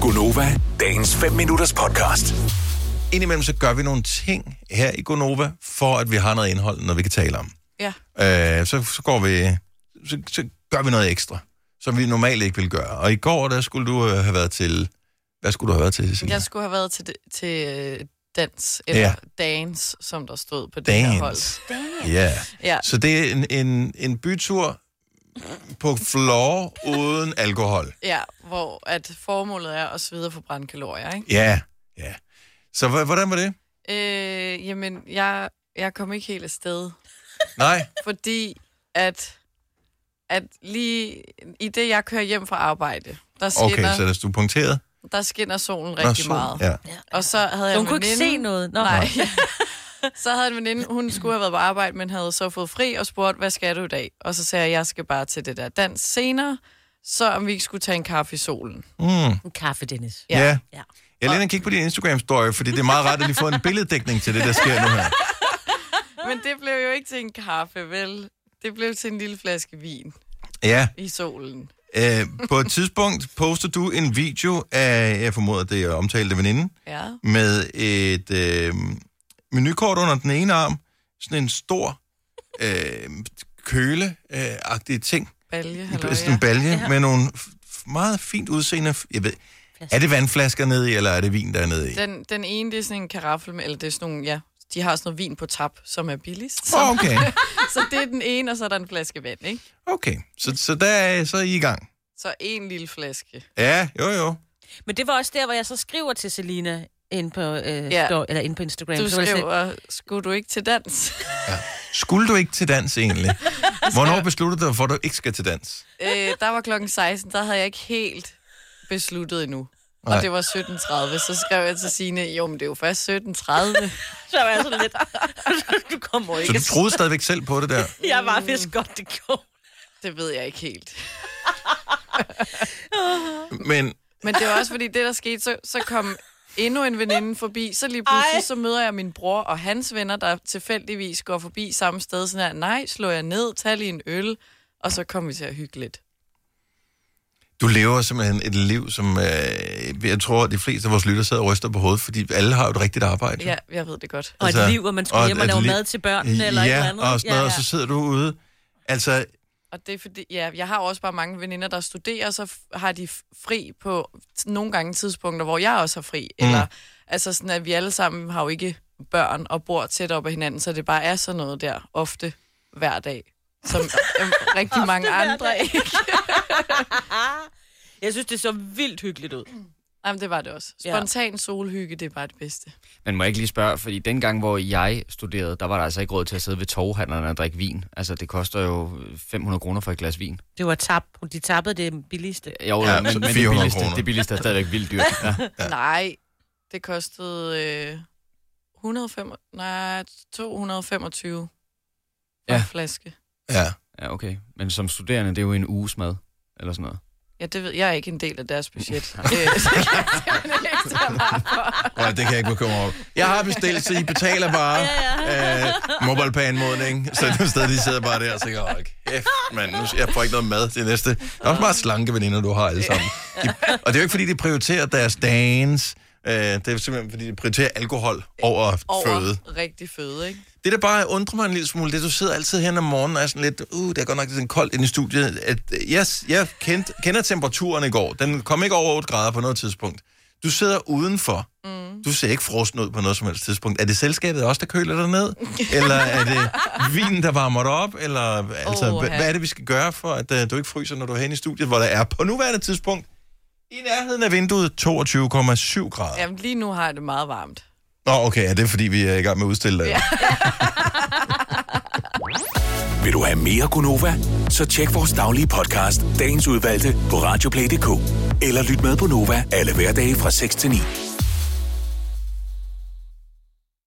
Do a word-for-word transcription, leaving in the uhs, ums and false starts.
Gonova, dagens fem minutters podcast. Indimellem så gør vi nogle ting her i Gonova, for at vi har noget indhold, når vi kan tale om. Ja. Øh, så, så går vi, så, så gør vi noget ekstra, som vi normalt ikke vil gøre. Og i går, der skulle du øh, have været til, hvad skulle du have været til, Cecilia? Jeg skulle have været til, til øh, dans, eller ja. dance, som der stod på det dance. her hold. Dance. Ja. ja. Så det er en, en, en bytur på floor uden alkohol. Ja, hvor at formålet er at svede for brænde kalorier, ikke? Ja, ja. Så h- hvordan var det? Øh, jamen, jeg, jeg kom ikke helt afsted. Nej. Fordi at, at lige i det, jeg kører hjem fra arbejde, der skinner, Okay, så er du punkteret? Der skinner solen rigtig Nå, sol, meget. Ja. Og så havde jeg hun en kunne ikke se noget. Nå. Nej. Så havde en veninde, hun skulle have været på arbejde, men havde så fået fri og spurgt, hvad skal du i dag? Og så sagde jeg, jeg skal bare til det der dans senere, så om vi ikke skulle tage en kaffe i solen. Mm. En kaffe, Dennis. Ja. ja. ja. Jeg lader kigge på din Instagram-story, fordi det er meget rart, at de får en billeddækning til det, der sker nu her. Men det blev jo ikke til en kaffe, vel? Det blev til en lille flaske vin. Ja. I solen. Æ, på et tidspunkt poster du en video af, jeg formoder, det er omtalte veninde, ja. med et øh, menukort under den ene arm, sådan en stor øh, køle-agtig ting. Balje, halløj, sådan en balje ja. med nogle f- meget fint udseende, jeg ved, er det vandflasker nede i, eller er det vin, der er nede i? Den, den ene, det er sådan en karaffel, med, eller det er sådan nogle, ja, de har sådan noget vin på tap, som er billigst. Oh, okay. Så det er den ene, og så er der en flaske vand, ikke? Okay, så, så der er så er I i gang. Så en lille flaske. Ja, jo jo. Men det var også der, hvor jeg så skriver til Selina ind på, øh, ja. stå, eller ind på Instagram. Du så skriver, sådan, skulle du ikke til dans? Ja. Skulle du ikke til dans egentlig? Hvornår besluttede du, for at du ikke skal til dans? Øh, der var klokken seksten, der havde jeg ikke helt besluttet endnu. Nej. Og det var sytten tredive, så skrev jeg til Signe, jo, men det er jo først sytten tredive. Så var jeg sådan lidt, du kommer ikke. Så du troede stadigvæk selv på det der? Jeg var vist godt, det gjorde. Det ved jeg ikke helt. men... Men det var også fordi, det der skete, så, så kom endnu en veninde forbi, så lige pludselig Ej. så møder jeg min bror og hans venner, der tilfældigvis går forbi samme sted, sådan her, nej, slår jeg ned, tag lige en øl, og så kom vi til at hygge lidt. Du lever simpelthen et liv, som øh, jeg tror, de fleste af vores lytter sidder og ryster på hovedet, fordi alle har jo et rigtigt arbejde. Ja, jeg ved det godt. Og altså, et liv, hvor man skal hjem og lave mad til børnene, ja, eller et eller andet. Ja, og sådan noget, ja, ja. Og så sidder du ude. Altså... Og det er fordi, ja, jeg har også bare mange veninder, der studerer, så har de fri på nogle gange tidspunkter, hvor jeg også har fri. Mm. Eller, altså sådan, at vi alle sammen har jo ikke børn og bor tæt op ad hinanden, så det bare er sådan noget der, ofte hver dag, som øh, rigtig mange andre ikke. Jeg synes, det så vildt hyggeligt ud. Jamen, det var det også. Spontan solhygge, det er bare det bedste. Men må jeg ikke lige spørge, fordi den gang, hvor jeg studerede, der var der altså ikke råd til at sidde ved torvhandlerne og drikke vin. Altså, det koster jo fem hundrede kroner for et glas vin. Det var tab. De tappede det billigste. Jo, ja, men, men det, billigste, det billigste er stadigvæk vildt dyrt. Ja. Ja. Nej, det kostede øh, hundrede og fem, nej, to hundrede og femogtyve for ja. en flaske. Ja. Ja, okay. Men som studerende, det er jo en uges mad, eller sådan noget. Ja, det ved jeg er ikke en del af deres budget. Ja, det kan jeg ikke bekymre over. Jeg har bestilt, så I betaler bare ja, ja. øh, MobilePay-anmodning. Så det sted, de sidder bare der og tænker, åh, kæft, mand, nu jeg får ikke noget mad til næste. Det er også meget slanke veninder, du har alle sammen. De, og det er jo ikke, fordi de prioriterer deres dance. Øh, det er simpelthen, fordi de prioriterer alkohol over, over føde. Rigtig føde, ikke? Det, der bare undrer mig en lille smule, det er, du sidder altid hen om morgenen og er sådan lidt, uh, det er godt nok sådan koldt inde i studiet. At jeg jeg kendte, kender temperaturen i går. Den kom ikke over otte grader på noget tidspunkt. Du sidder udenfor. Mm. Du ser ikke frosten ud på noget som helst tidspunkt. Er det selskabet også, der køler dig ned? Eller er det vinen, der varmer dig op? Eller altså, oh, hvad er det, vi skal gøre for, at uh, du ikke fryser, når du er hen i studiet, hvor der er på nuværende tidspunkt i nærheden af vinduet toogtyve komma syv grader? Jamen, lige nu har jeg det meget varmt. Nå, okay. Er det, fordi vi er i gang med at udstille det? Ja. Vil du have mere Gonova? Så tjek vores daglige podcast, dagens udvalgte, på radioplay punktum d k. Eller lyt med på Nova alle hverdage fra seks til ni.